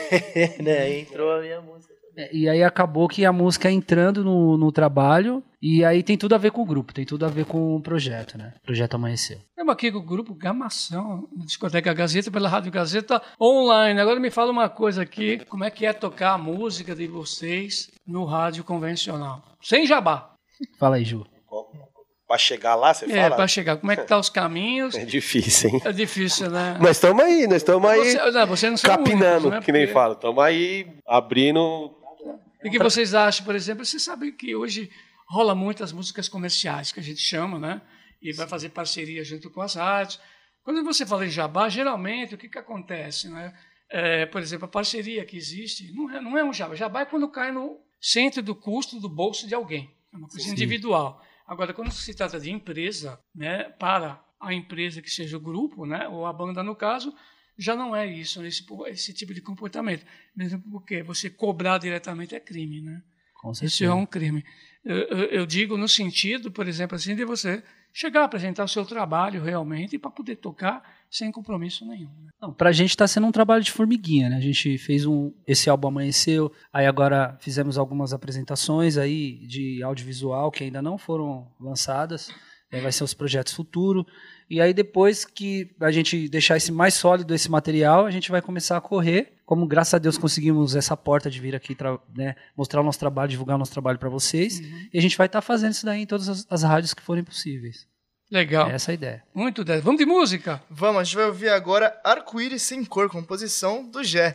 Né? Entrou a minha música. É, e aí acabou que a música entrando no, no trabalho, e aí tem tudo a ver com o grupo, tem tudo a ver com o projeto, né? O projeto amanheceu. Estamos aqui com o grupo Gamação, na Discoteca Gazeta, pela Rádio Gazeta Online. Agora me fala uma coisa aqui, como é que é tocar a música de vocês no rádio convencional? Sem jabá. Fala aí, Ju. Pra chegar lá, você É, fala? pra chegar. Como é que tá os caminhos? É difícil, hein? É difícil, né? Nós estamos aí, nós estamos aí Você, não, você não são capinando, únicos, né? que nem Porque- fala. Estamos aí abrindo... E o que vocês acham, por exemplo? Vocês sabem que hoje rola muitas músicas comerciais, que a gente chama, né? E vai fazer parceria junto com as rádios. Quando você fala em jabá, geralmente, o que, que acontece, né? É, por exemplo, a parceria que existe não é, não é um jabá. Jabá é quando cai no centro do custo do bolso de alguém. É uma coisa Sim. individual. Agora, quando se trata de empresa, né, para a empresa que seja o grupo, né, ou a banda no caso, já não é isso, esse, esse tipo de comportamento. Mesmo porque você cobrar diretamente é crime, né? Com Isso certeza. é um crime. Eu, eu, eu digo no sentido, por exemplo, assim, de você chegar a apresentar o seu trabalho realmente para poder tocar sem compromisso nenhum. Né? Não, pra gente tá sendo um trabalho de formiguinha, né? A gente fez um... Esse álbum amanheceu, aí agora fizemos algumas apresentações aí de audiovisual que ainda não foram lançadas, aí vai ser os projetos futuros, e aí depois que a gente deixar esse mais sólido, esse material, a gente vai começar a correr, como graças a Deus conseguimos essa porta de vir aqui, tra- né, mostrar o nosso trabalho, divulgar o nosso trabalho para vocês, Uhum. e a gente vai estar fazendo isso daí em todas as, as rádios que forem possíveis. Legal. É essa a ideia. Muito dez. Vamos de música? Vamos, a gente vai ouvir agora Arco-Íris Sem Cor, composição do Gé.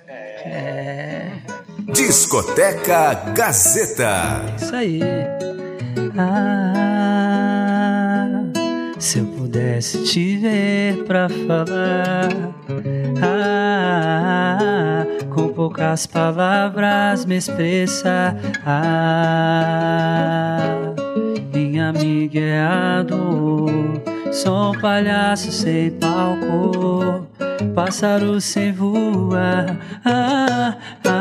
É. Discoteca Gazeta. Isso aí. Ah, se eu pudesse te ver pra falar, ah, com poucas palavras me expressar. Ah, minha amiga é a dor, sou um palhaço sem palco, pássaro sem voar. Ah,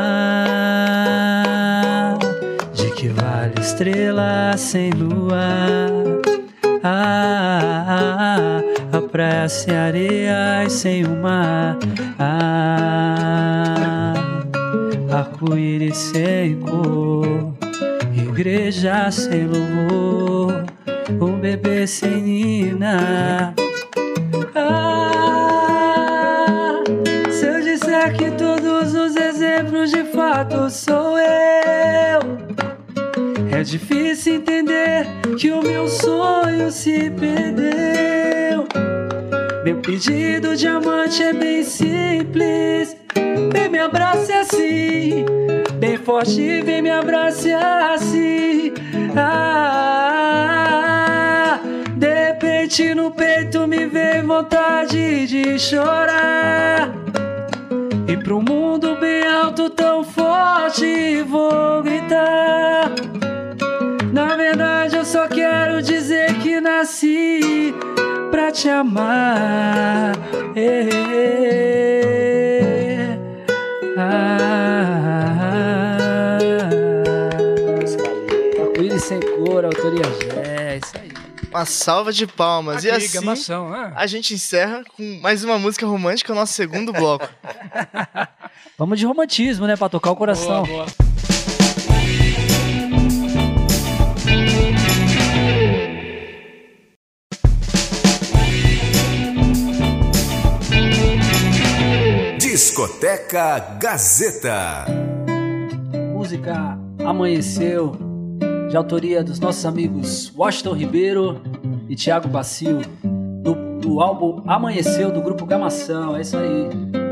ah, de que vale estrela sem lua? Ah, a praia sem areia e sem o mar. Ah, arco-íris sem cor, igreja sem louvor, um bebê sem nina. Ah, se eu disser que todos os exemplos de fato sou eu, é difícil entender que o meu sonho se perdeu. Meu pedido de amante é bem simples, vem me abrace assim, bem forte, vem me abrace assim. Ah, de repente no peito me vem vontade de chorar, e pro mundo bem alto, tão forte, vou gritar. Na verdade eu só quero dizer que nasci pra te amar. Eh, eh, eh. Ah, Arco-íris sem cor, autoria Gé, isso aí. Uma salva de palmas. Aqui, e assim, Gamação, né? a gente encerra com mais uma música romântica, o nosso segundo bloco. Vamos de romantismo, né? Pra tocar o coração. Boa, boa. Discoteca Gazeta. Música Amanheceu, de autoria dos nossos amigos Washington Ribeiro e Thiago Bacio, do, do álbum Amanheceu, do grupo Gamação. É isso aí.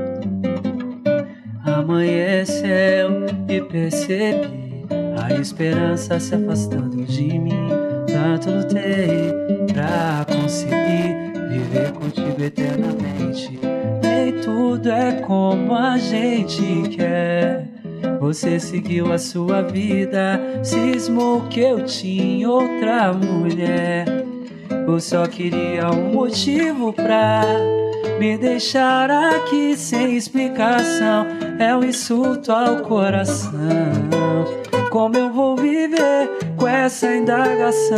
Amanheceu e percebi a esperança se afastando de mim. Tanto lutei pra conseguir viver contigo eternamente. Nem tudo é como a gente quer. Você seguiu a sua vida, cismou que eu tinha outra mulher. Eu só queria um motivo pra me deixar aqui sem explicação. É um insulto ao coração. como eu vou viver com essa indagação?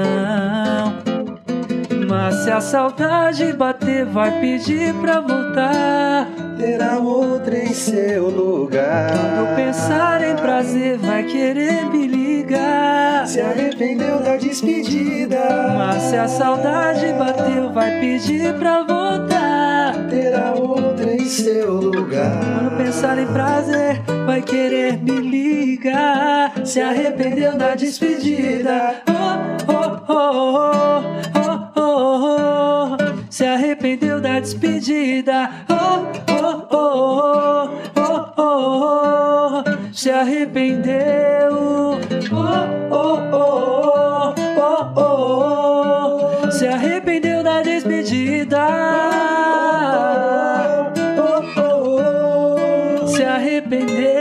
Mas se a saudade bater, vai pedir pra voltar. Terá outra em seu lugar. Quando eu pensar em prazer, vai querer me ligar. Se arrependeu da despedida. Mas se a saudade bateu, vai pedir pra voltar. Terá outra em seu lugar. Quando pensar em prazer, vai querer me ligar. Se arrependeu da despedida. Oh, oh, oh, oh, oh, oh, oh. Se arrependeu da despedida. Oh, oh, oh, oh, oh, oh, oh. Se arrependeu. Oh, oh, oh, oh, oh, oh. Se arrependeu da despedida. Oh, oh, oh. Se arrependeu.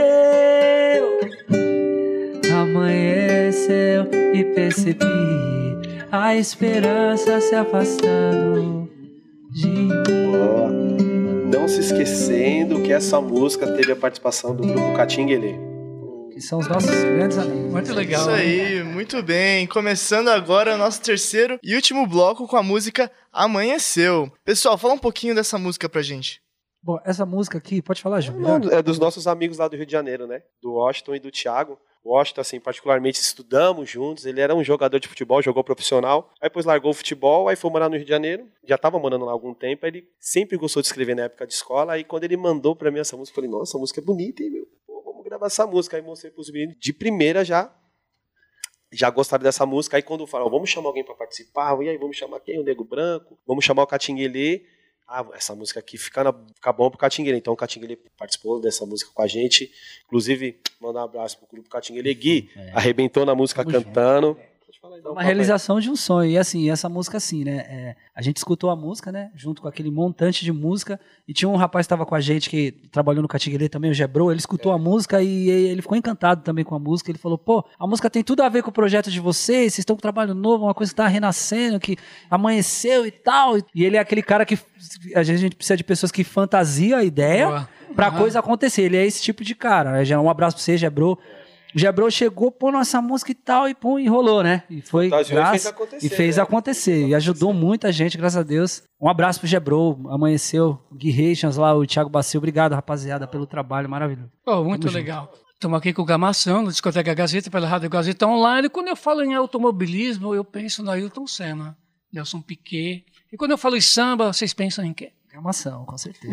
Amanheceu e percebi a esperança se afastando de mim. Não se esquecendo que essa música teve a participação do grupo Catinguelê. Que são os nossos grandes amigos. Muito legal. Isso aí, muito bem. Começando agora o nosso terceiro e último bloco com a música Amanheceu. Pessoal, fala um pouquinho dessa música pra gente. Bom, essa música aqui, pode falar, Ju? Não, é dos nossos amigos lá do Rio de Janeiro, né? Do Washington e do Thiago. O Washington, assim, particularmente estudamos juntos. Ele era um jogador de futebol, jogou profissional. Aí depois largou o futebol, aí foi morar no Rio de Janeiro. Já estava morando lá há algum tempo. Aí ele sempre gostou de escrever na época de escola. Aí quando ele mandou pra mim essa música, eu falei, nossa, essa música é bonita, hein, meu? Pô, vamos gravar essa música. Aí mostrei pros meninos. De primeira já, já gostaram dessa música. Aí quando falaram, vamos chamar alguém pra participar. E aí, vamos chamar quem? O Nego Branco. Vamos chamar o Catinguelê. Ah, essa música aqui fica, na, fica bom pro Catinguelê. Então o Catinguelê participou dessa música com a gente. Inclusive, mandar um abraço pro grupo Catinguelê. Gui, é. arrebentou na música Vamos cantando. Uma um realização de um sonho. E assim, essa música assim, né? É, a gente escutou a música, né? Junto com aquele montante de música. E tinha um rapaz que estava com a gente, que trabalhou no Catinguelê também, o Gebro. Ele escutou é. a música e ele ficou encantado também com a música. Ele falou, pô, a música tem tudo a ver com o projeto de vocês. Vocês estão com um trabalho novo, uma coisa que tá renascendo, que amanheceu e tal. E ele é aquele cara que a gente precisa de pessoas que fantasiam a ideia Boa. pra uhum. coisa acontecer. Ele é esse tipo de cara. Um abraço pra você, Gebro. O Gebro chegou, pô, nossa música e tal, e pum, enrolou, né? E foi graças, e fez acontecer. E, fez né? acontecer, e ajudou muita gente, graças a Deus. Um abraço pro Gebro, amanheceu, Gui Reisans lá, o Thiago Bacio, obrigado, rapaziada, pelo trabalho maravilhoso. Oh, muito Tamo legal. Estamos aqui com o Gamação, no Discoteca Gazeta, pela Rádio Gazeta Online. Quando eu falo em automobilismo, eu penso no Ayrton Senna, Nelson Piquet. E quando eu falo em samba, vocês pensam em quê? Gamação, com certeza.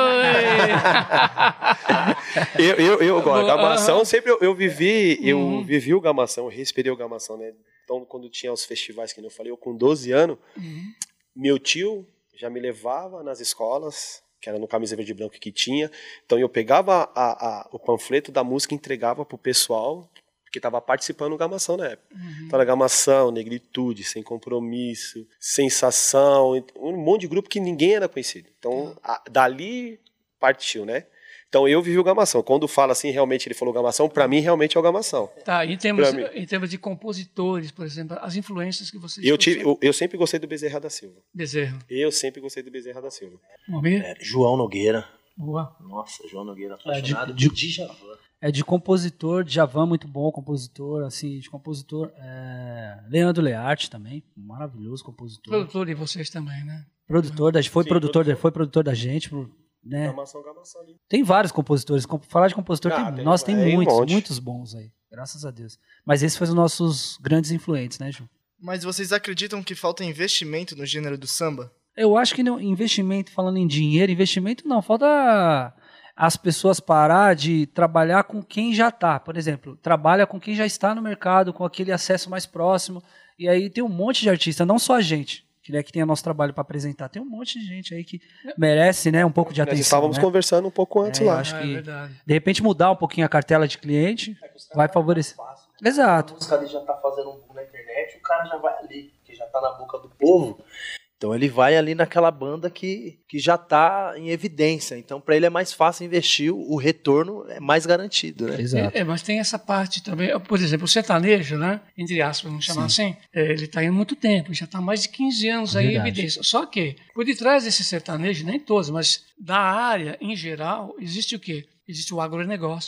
eu, eu, eu agora, Gamação, uhum. sempre eu, eu vivi, eu uhum. vivi o Gamação, eu respirei o Gamação, né? Então, quando tinha os festivais que eu falei, eu com doze anos, uhum. meu tio já me levava nas escolas, que era no Camisa Verde e Branco que tinha. Então, eu pegava a, a, o panfleto da música e entregava pro pessoal que estava participando do Gamação na época. Uhum. Então, era Gamação, Negritude, Sem Compromisso, Sensação, um monte de grupo que ninguém era conhecido. Então, a, dali partiu, né? Então, eu vivi o Gamação. Quando fala assim, realmente ele falou Gamação, para mim, realmente é o Gamação. Tá, em termos, em termos de compositores, por exemplo, as influências que vocês... Eu, tive, eu, eu sempre gostei do Bezerra da Silva. Bezerra. Eu sempre gostei do Bezerra da Silva. É, João Nogueira. Boa. Nossa, João Nogueira, apaixonado é, de, de Djavan. É de compositor, Djavan muito bom, compositor, assim, de compositor, é, Leandro Learte também, um maravilhoso compositor. Produtor de vocês também, né? Produtor, da, foi, Sim, produtor, produtor. foi produtor da gente, né? Gamação, Gamação ali. Tem vários compositores, falar de compositor, ah, tem, tem, nossa, tem é muitos, um muitos bons aí, graças a Deus. Mas esses foram os nossos grandes influentes, né, Ju? Mas vocês acreditam que falta investimento no gênero do samba? Eu acho que não, investimento, falando em dinheiro, investimento não, falta... as pessoas parar de trabalhar com quem já está. Por exemplo, trabalha com quem já está no mercado, com aquele acesso mais próximo. E aí tem um monte de artista, não só a gente, que, né, que tem o nosso trabalho para apresentar. Tem um monte de gente aí que merece, né, um pouco de atenção. Nós estávamos né? conversando um pouco antes é, lá. Acho é, que, é de repente, mudar um pouquinho a cartela de cliente é vai favorecer. Fácil, né? Exato. A música dele já está fazendo um boom na internet, o cara já vai ali, porque já está na boca do povo. Então ele vai ali naquela banda que, que já está em evidência. Então para ele é mais fácil investir, o retorno é mais garantido, né? Exato. É, é, mas tem essa parte também. Por exemplo, o sertanejo, né? Entre aspas, vamos chamar Sim. assim, é, ele está aí há muito tempo, já está há mais de quinze anos aí em evidência. Só que, por detrás desse sertanejo, nem todos, mas da área em geral, existe o quê? Existe o agronegócio.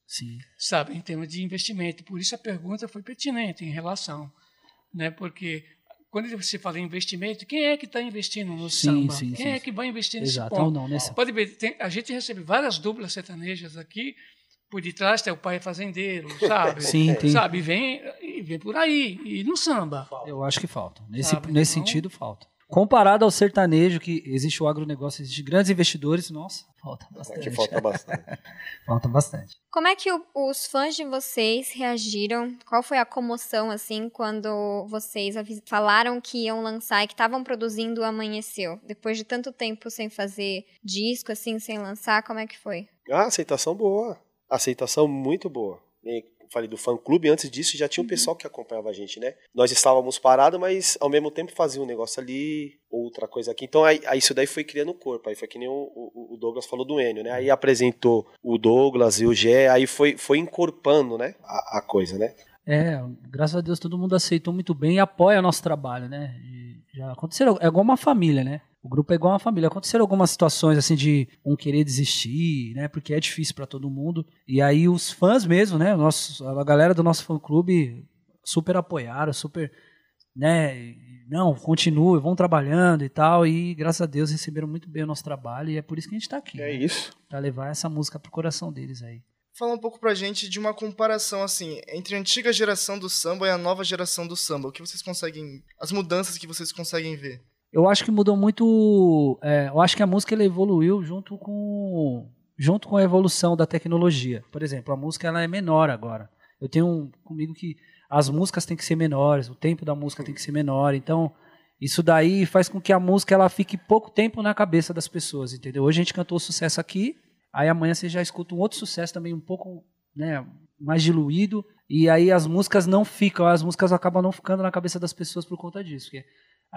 Sim. Sabe, em termos de investimento. Por isso a pergunta foi pertinente em relação, né? Porque quando você fala em investimento, quem é que está investindo no Sim, samba? sim, quem sim. é que vai investir nesse Exato, ponto? ou não, nesse- Pode ver, tem- a gente recebe várias duplas sertanejas aqui, por detrás tem o pai fazendeiro, sabe? Sim, tem. Sabe, e vem, e vem por aí, e no samba. Eu acho que falta. Nesse, Sabe, nesse então- sentido, falta. Comparado ao sertanejo, que existe o agronegócio, existe grandes investidores, nossa, falta bastante. Aqui falta bastante. Falta bastante. Como é que o- os fãs de vocês reagiram? Qual foi a comoção, assim, quando vocês avis- falaram que iam lançar e que estavam produzindo o Amanheceu? Depois de tanto tempo sem fazer disco, assim, sem lançar, como é que foi? Ah, aceitação boa. Aceitação muito boa. E falei do fã-clube, antes disso já tinha um pessoal que acompanhava a gente, né? Nós estávamos parados, mas ao mesmo tempo fazia um negócio ali, outra coisa aqui. Então aí, aí isso daí foi criando corpo. Aí foi que nem o, o, o Douglas falou do Enio, né? Aí apresentou o Douglas e o Gé, aí foi, foi encorpando, né? A, a coisa, né? É, graças a Deus todo mundo aceitou muito bem e apoia nosso trabalho, né? E já aconteceram, é igual uma família, né? O grupo é igual uma família. Aconteceram algumas situações assim de um querer desistir, né? Porque é difícil para todo mundo. E aí os fãs mesmo, né? Nosso, a galera do nosso fã-clube super apoiaram, super, né? E, não, continue, vão trabalhando e tal. E graças a Deus receberam muito bem o nosso trabalho e é por isso que a gente tá aqui. É né? isso. Pra levar essa música pro coração deles aí. Fala um pouco pra gente de uma comparação, assim, entre a antiga geração do samba e a nova geração do samba. O que vocês conseguem... As mudanças que vocês conseguem ver. Eu acho que mudou muito. É, eu acho que a música ela evoluiu junto com, junto com a evolução da tecnologia. Por exemplo, a música ela é menor agora. Eu tenho um, comigo que as músicas têm que ser menores, o tempo da música tem que ser menor. Então, isso daí faz com que a música ela fique pouco tempo na cabeça das pessoas, entendeu? Hoje a gente cantou o sucesso aqui, aí amanhã você já escuta um outro sucesso também um pouco, né, mais diluído, e aí as músicas não ficam, as músicas acabam não ficando na cabeça das pessoas por conta disso. Porque,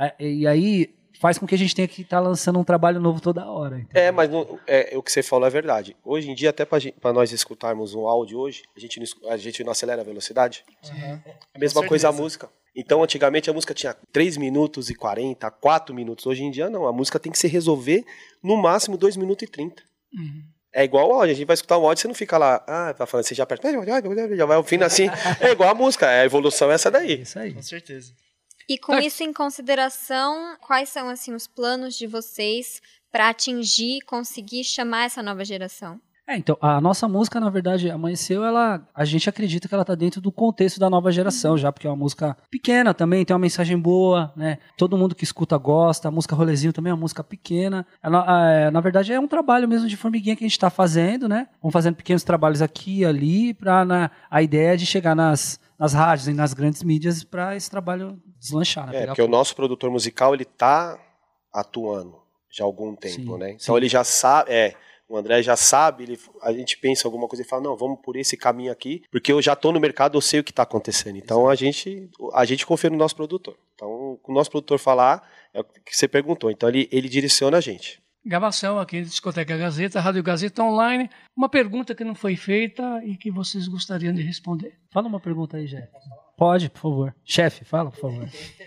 e aí faz com que a gente tenha que estar tá lançando um trabalho novo toda hora. Entendeu? É, mas não, é, o que você falou é verdade. Hoje em dia, até para nós escutarmos um áudio hoje, a gente, não, a gente não acelera a velocidade. Uhum. A mesma coisa a música. Então, antigamente, a música tinha três minutos e quarenta, quatro minutos. Hoje em dia, não. A música tem que se resolver no máximo dois minutos e trinta. Uhum. É igual o áudio. A gente vai escutar um áudio, você não fica lá, ah, tá falando, você já aperta, já vai ouvindo assim. É igual a música. A evolução é essa daí. Isso aí. Com certeza. E com isso em consideração, quais são assim os planos de vocês para atingir, conseguir chamar essa nova geração? É, então, a nossa música, na verdade, Amanheceu, ela, a gente acredita que ela tá dentro do contexto da nova geração, já, porque é uma música pequena também, tem uma mensagem boa, né? Todo mundo que escuta gosta, a música Rolezinho também é uma música pequena. Ela, é, na verdade, é um trabalho mesmo de formiguinha que a gente tá fazendo, né? Vamos fazendo pequenos trabalhos aqui e ali, pra, na, a ideia é de chegar nas, nas rádios e nas grandes mídias para esse trabalho deslanchar, né? É, Pegar porque o nosso produtor musical, ele tá atuando já há algum tempo, Sim, né? Então sim. ele já sabe, é, o André já sabe, ele, a gente pensa alguma coisa e fala, não, vamos por esse caminho aqui, porque eu já tô no mercado, eu sei o que tá acontecendo. Então a gente, a gente confia no nosso produtor. Então, o nosso produtor falar, é o que você perguntou. Então ele, ele direciona a gente. Gravação aqui de Discoteca Gazeta, Rádio Gazeta Online. Uma pergunta que não foi feita e que vocês gostariam de responder. Fala uma pergunta aí, Jeff. Pode, por favor. Chefe, fala, por favor.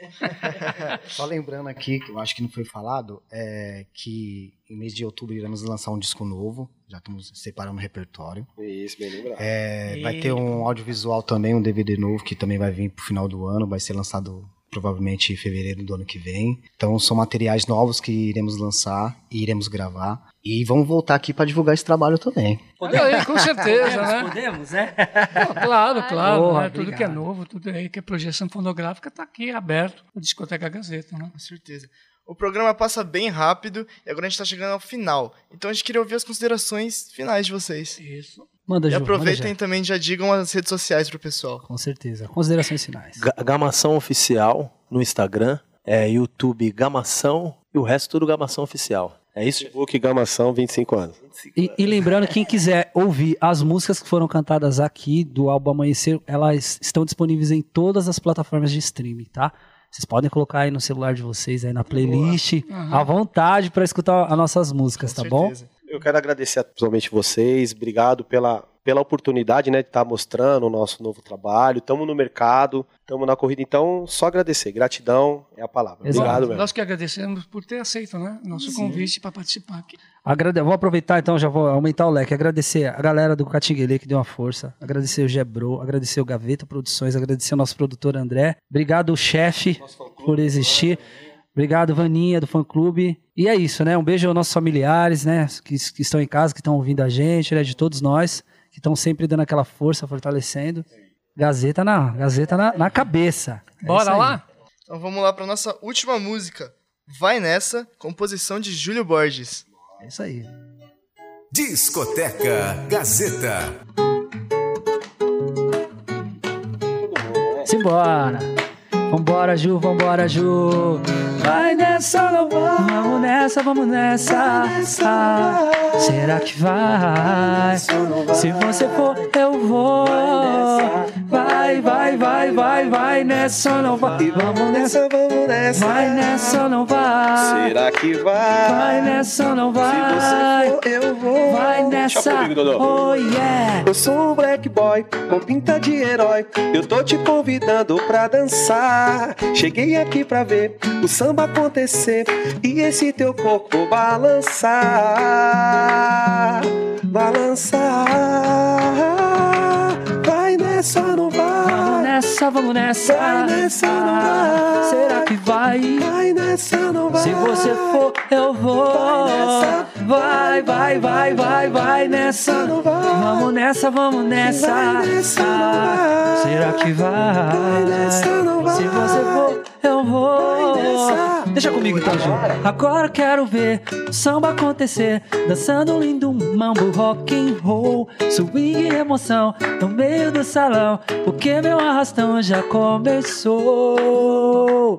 Só lembrando aqui, que eu acho que não foi falado, é que em mês de outubro iremos lançar um disco novo. Já estamos separando o repertório. Isso, bem lembrado. É, vai ter um audiovisual também, um D V D novo, que também vai vir pro final do ano. Vai ser lançado provavelmente em fevereiro do ano que vem. Então são materiais novos que iremos lançar e iremos gravar. E vamos voltar aqui para divulgar esse trabalho também. Olha aí, com certeza, né? Podemos, né? Pô, claro, claro. Porra, né? Tudo obrigado. que é novo, tudo aí que é projeção fonográfica está aqui aberto. A Discoteca Gazeta, né? Com certeza. O programa passa bem rápido e agora a gente está chegando ao final. Então a gente queria ouvir as considerações finais de vocês. Isso. Manda, E Ju, aproveitem manda, também, já digam as redes sociais pro pessoal. Com certeza. Considerações finais. Ga- Gamação Oficial no Instagram, é, YouTube Gamação e o resto tudo Gamação Oficial. É isso? Facebook Gamação, vinte e cinco anos. E, e lembrando, quem quiser ouvir as músicas que foram cantadas aqui do álbum Amanhecer, elas estão disponíveis em todas as plataformas de streaming, tá? Vocês podem colocar aí no celular de vocês, aí na playlist, Uhum. à vontade para escutar as nossas músicas, Com tá bom? certeza. Eu quero agradecer principalmente vocês, obrigado pela, pela oportunidade, né, de estar mostrando o nosso novo trabalho. Estamos no mercado, estamos na corrida, então só agradecer. Gratidão é a palavra. Exato. Obrigado Bom, mesmo. nós que agradecemos por ter aceito, né? Nosso convite para participar aqui. Agrade... Vou aproveitar então, já vou aumentar o leque. Agradecer a galera do Catinguelê que deu uma força. Agradecer o Gebro, agradecer o Gaveta Produções, agradecer o nosso produtor André. Obrigado, chefe, por existir. Obrigado, Vaninha, do fã-clube. E é isso, né? Um beijo aos nossos familiares, né? Que, que estão em casa, que estão ouvindo a gente, né? De todos nós, que estão sempre dando aquela força, fortalecendo. Gazeta na, Gazeta na, na cabeça. É Bora lá? Então vamos lá para nossa última música. Vai Nessa, composição de Júlio Borges. É isso aí. Discoteca Gazeta. Simbora. Vambora, Ju, vambora, Ju. Vai nessa, não vai. Vamos nessa, vamos nessa. Ah, será que vai? Se você for, eu vou. Vai, vai, vai, vai, vai nessa, não vai. E vamos nessa, vamos nessa. Vai nessa, não vai. Será que vai? Vai nessa, não vai. Se você for, eu vou. Vai nessa. Deixa comigo, Dodô. Oh, yeah. Eu sou um black boy com pinta de herói. Eu tô te convidando pra dançar. Cheguei aqui pra ver o samba acontecer e esse teu corpo balançar, balançar. Vai nessa, não vai? Vamos nessa, vamos nessa. Vai nessa, não vai? Será que vai? Vai nessa, não vai? Se você for, eu vou. Vai nessa. Vai, vai, vai, vai, vai nessa. Não vai. Vamos nessa, vamos nessa. Vai nessa, não vai? Será que vai? Vai nessa, não vai? Se você for, eu vou. Vai nessa. Deixa comigo então, Ju. Agora eu quero ver o samba acontecer, dançando um lindo mambo, rock and roll, swing e emoção no meio do salão, porque meu arrastão já começou.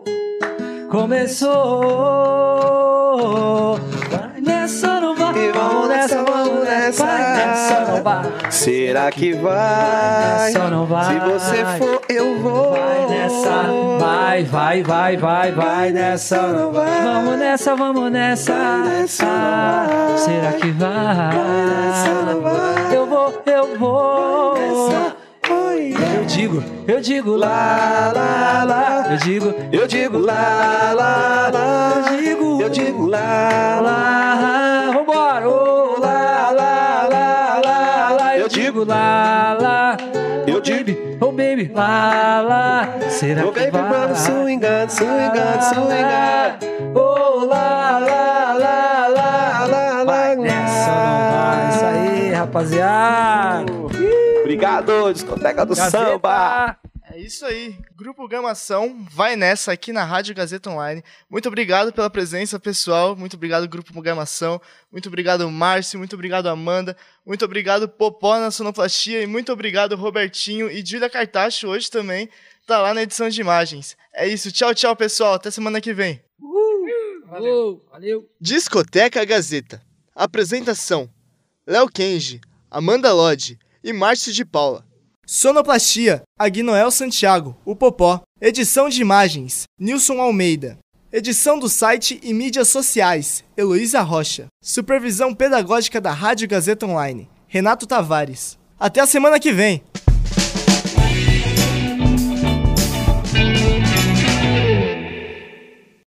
Começou. Vai nessa, não vai. E vamos nessa, vamos nessa. Vai nessa, não vai. Será que vai? Vai nessa, não vai. Se você for, eu vou. Vai nessa, vai, vai, vai, vai, vai nessa, não vai. Vamos nessa, vamos nessa. Vai nessa, Ah, não vai. será que vai? Vai nessa, não vai. Eu vou, eu vou. Vai nessa. Oi, Eu digo, eu digo lá, lá, lá. Eu digo, Eu digo lá, lá, lá. eu digo, Eu digo lá, lá. lá, vambora, oh, lá, lá, lá, lá, lá. Eu digo lá, lá. Eu digo. Oh baby, lá, lá. Será Oh, que baby, vai? vamos swingando, swingando, swingando. Oh, lá, lá, lá, lá, lá, Vai lá. Nessa não vai. Isso aí, rapaziada. Obrigado, discoteca do Gazeta. samba. É isso aí, Grupo Gamação vai nessa aqui na Rádio Gazeta Online. Muito obrigado pela presença, pessoal. Muito obrigado, Grupo Gamação. Muito obrigado, Márcio. Muito obrigado, Amanda. Muito obrigado, Popó na sonoplastia. E muito obrigado, Robertinho e Júlia Cartacho, hoje também tá lá na edição de imagens. É isso, tchau, tchau, pessoal. Até semana que vem. Valeu, valeu. Discoteca Gazeta. Apresentação: Léo Kenji, Amanda Lodge e Márcio de Paula. Sonoplastia: Agnoel Santiago, o Popó. Edição de imagens: Nilson Almeida. Edição do site e mídias sociais: Heloísa Rocha. Supervisão pedagógica da Rádio Gazeta Online: Renato Tavares. Até a semana que vem!